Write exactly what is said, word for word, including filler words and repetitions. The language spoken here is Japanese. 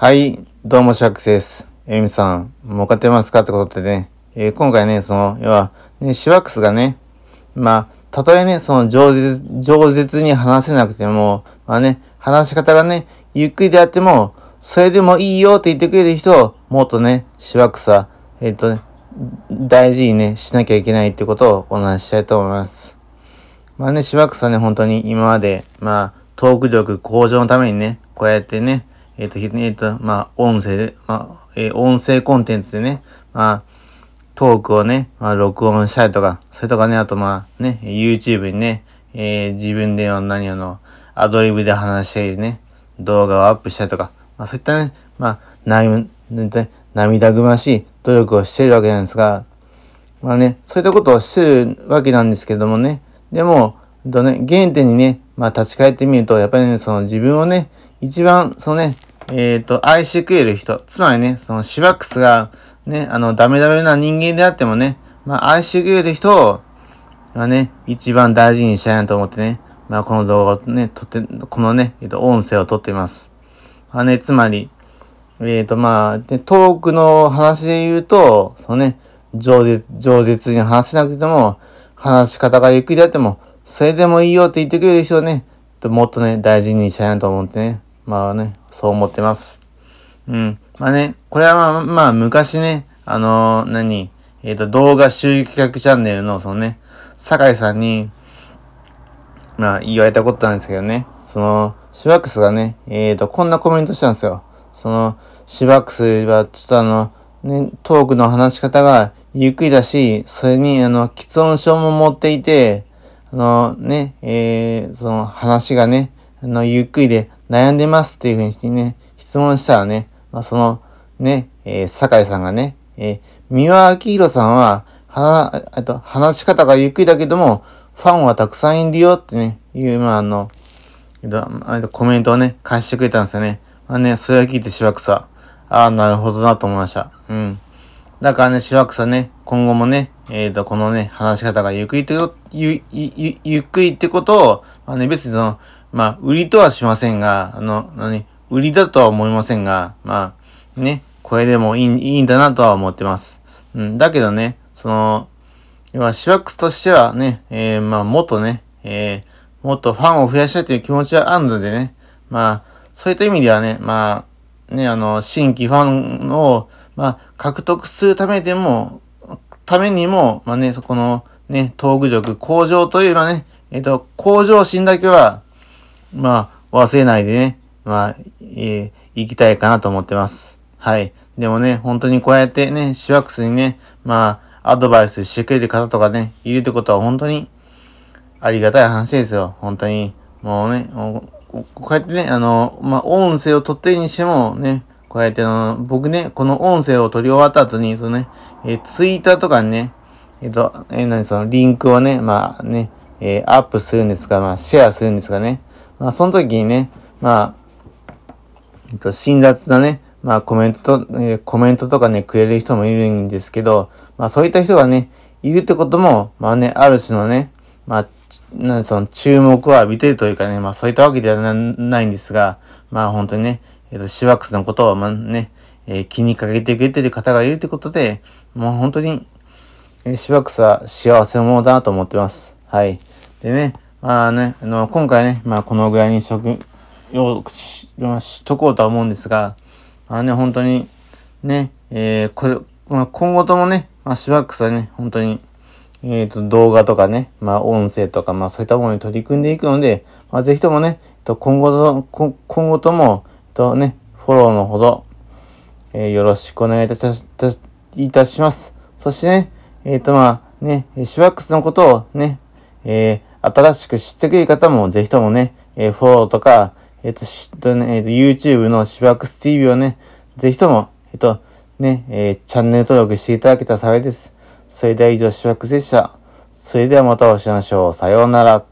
はい、どうもシャックスです。えみさん、儲かってますかってことでね、えー今回ね、その、要は、ね、シワックスがね、まあ、たとえね、その、饒舌、饒舌に話せなくても、まあね、話し方がね、ゆっくりであっても、それでもいいよって言ってくれる人を、もっとね、シワックスは、えっとね、大事にね、しなきゃいけないってことをお話ししたいと思います。まあね、シワックスはね、本当に今まで、まあ、トーク力向上のためにね、こうやってね、えっ、と、ひえっ、と、まあ、音声で、まあ、えー音声コンテンツでね、まあ、トークをね、まあ、録音したりとか、それとかね、あとまあ、ね、YouTube にね、えー自分では何あの、アドリブで話しているね、動画をアップしたりとか、まあ、そういったね、まあ、涙、涙ぐましい努力をしているわけなんですが、まあね、そういったことをしてるわけなんですけどもね。でも、えっとね、原点にね、まあ立ち返ってみると、やっぱりね、その自分をね、一番、そのね、えっと、愛してくれる人。つまりね、そのシワックスが、ね、あの、ダメダメな人間であってもね、まあ愛してくれる人を、まあね、一番大事にしたいなと思ってね、まあこの動画をね、撮って、このね、えっと、音声を撮っています。まあね、つまり、えっと、まあ、で、トークの話で言うと、そのね、饒舌、饒舌に話せなくても、話し方がゆっくりであっても、それでもいいよって言ってくれる人をね、もっとね、大事にしたいなと思ってね。まあね、そう思ってます。うん。まあね、これはまあ、まあ、昔ね、あのー何えっと、動画集客チャンネルの、そのね、酒井さんに、まあ、言われたことなんですけどね。その、シワックスがね、えっと、こんなコメントしたんですよ。その、シワックスは、ちょっとあの、ね、トークの話し方がゆっくりだし、それに、あの、喫音症も持っていて、あの、ね、えー、その話がね、あの、ゆっくりで悩んでますっていうふうにしてね、質問したらね、まあ、その、ね、えー、酒井さんがね、えー、三輪明宏さんは、は、あと、話し方がゆっくりだけども、ファンはたくさんいるよってね、いう、まあ、あの、えっと、あのコメントをね、返してくれたんですよね。まあね、それを聞いてしばくさ、ああ、なるほどなと思いました。うん。だからね、しばくさね、今後もね、えっと、このね、話し方がゆっくりってこと、ゆ、ゆ、ゆゆっくりってことを、まあね、別にその、まあ、売りとはしませんが、あの、何、売りだとは思いませんが、まあ、ね、これでもいい、いいんだなとは思ってます。うん。だけどね、その、要は、シワックスとしてはね、えー、まあ、もっとね、えー、もっとファンを増やしたいという気持ちはあるのでね、まあ、そういった意味ではね、まあ、ね、あの、新規ファンを、まあ、獲得するためでも、ためにも、まあね、そこの、ね、トーク力向上といえばね、えっと、向上心だけは、まあ、忘れないでね、まあ、えー、行きたいかなと思ってます。はい。でもね、本当にこうやってね、シワックスにね、まあ、アドバイスしてくれる方とかね、いるってことは本当にありがたい話ですよ。本当に。もうね、もうこうやってね、あの、まあ、音声を取ってるにしてもね、こうやってあの、僕ね、この音声を取り終わった後に、そのね、えー、ツイッターとかにね、えっと、えー、何その、リンクをね、まあね、えー、アップするんですが、まあ、シェアするんですがね、まあ、その時にね、まあ、えっと、辛辣なね、まあ、コメントと、えーコメントとかね、くれる人もいるんですけど、まあ、そういった人がね、いるってことも、まあね、ある種のね、まあ、ちなその注目を浴びてるというかね、まあ、そういったわけではなないんですが、まあ、本当にね、えっと、シワックスのことを、まあね、えー気にかけてくれてる方がいるってことで、もう本当に、えーしばくさ幸せなものだなと思ってます。はい。でね、まあね、あの、今回ね、まあこのぐらいにしとく、よし、まあ、しとこうとは思うんですが、まあね、本当に、ね、えー、これ、まあ、今後ともね、まあしばくさね、本当に、えっと、動画とかね、まあ音声とか、まあそういったものに取り組んでいくので、まあぜひともね、えっと今後と、こ今後とも、えっとね、フォローのほど、えーよろしくお願いいたし、いたいたします。そしてね、えっとまあね、シワックスのことをね、えー新しく知ってくれる方もぜひともね、えーフォローとか、えっと、しとね、えっと、YouTube のシワックス ティーブイ をね、ぜひとも、えっと、ね、えーチャンネル登録していただけたら幸いです。それでは以上、シワックスでした。それではまたお会いしましょう。さようなら。